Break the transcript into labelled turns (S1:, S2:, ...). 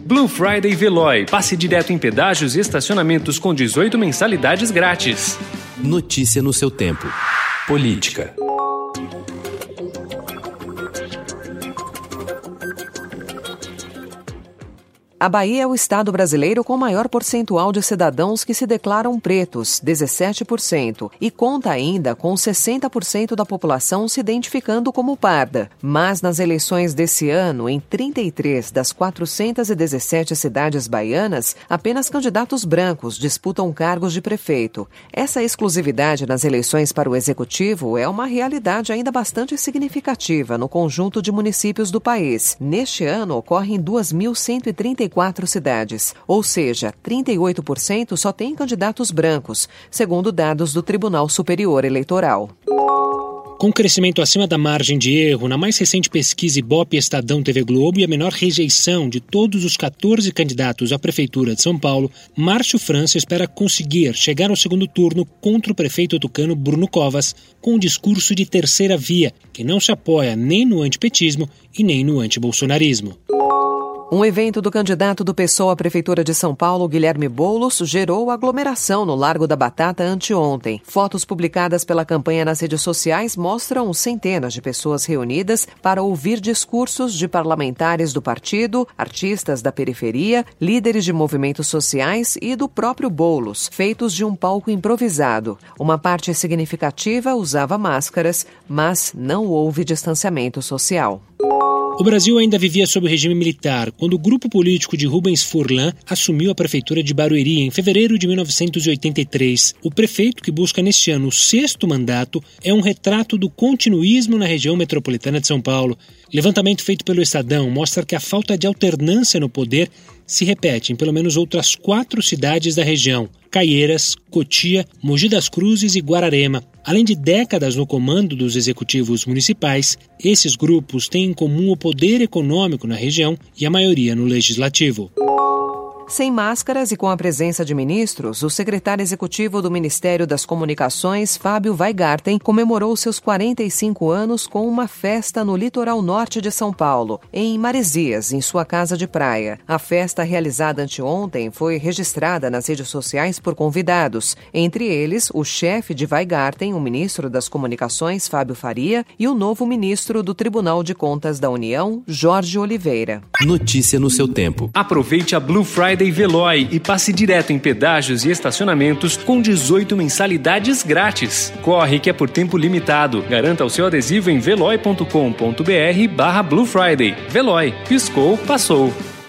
S1: Blue Friday Veloy. Passe direto em pedágios e estacionamentos com 18 mensalidades grátis.
S2: Notícia no seu tempo. Política.
S3: A Bahia é o estado brasileiro com maior percentual de cidadãos que se declaram pretos, 17%, e conta ainda com 60% da população se identificando como parda. Mas nas eleições desse ano, em 33 das 417 cidades baianas, apenas candidatos brancos disputam cargos de prefeito. Essa exclusividade nas eleições para o executivo é uma realidade ainda bastante significativa no conjunto de municípios do país. Neste ano, ocorre em 2.134 cidades, ou seja, 38% só tem candidatos brancos, segundo dados do Tribunal Superior Eleitoral.
S4: Com crescimento acima da margem de erro, na mais recente pesquisa Ibope Estadão TV Globo e a menor rejeição de todos os 14 candidatos à Prefeitura de São Paulo, Márcio França espera conseguir chegar ao segundo turno contra o prefeito tucano Bruno Covas, com um discurso de terceira via, que não se apoia nem no antipetismo e nem no antibolsonarismo.
S3: Um evento do candidato do PSOL à Prefeitura de São Paulo, Guilherme Boulos, gerou aglomeração no Largo da Batata anteontem. Fotos publicadas pela campanha nas redes sociais mostram centenas de pessoas reunidas para ouvir discursos de parlamentares do partido, artistas da periferia, líderes de movimentos sociais e do próprio Boulos, feitos de um palco improvisado. Uma parte significativa usava máscaras, mas não houve distanciamento social.
S4: O Brasil ainda vivia sob o regime militar quando o grupo político de Rubens Furlan assumiu a prefeitura de Barueri em fevereiro de 1983. O prefeito, que busca neste ano o 6º mandato, é um retrato do continuismo na região metropolitana de São Paulo. Levantamento feito pelo Estadão mostra que a falta de alternância no poder se repete em pelo menos outras 4 cidades da região: Caieiras, Cotia, Mogi das Cruzes e Guararema. Além de décadas no comando dos executivos municipais, esses grupos têm em comum o poder econômico na região e a maioria no legislativo.
S3: Sem máscaras e com a presença de ministros, o secretário executivo do Ministério das Comunicações, Fábio Weingarten, comemorou seus 45 anos com uma festa no litoral norte de São Paulo, em Maresias, em sua casa de praia. A festa, realizada anteontem, foi registrada nas redes sociais por convidados, entre eles o chefe de Weingarten, o ministro das Comunicações, Fábio Faria, e o novo ministro do Tribunal de Contas da União, Jorge Oliveira.
S2: Notícia no seu tempo.
S1: Aproveite a Blue Friday Veloy e passe direto em pedágios e estacionamentos com 18 mensalidades grátis. Corre que é por tempo limitado. Garanta o seu adesivo em veloy.com.br/Blue Friday. Veloy. Piscou, passou.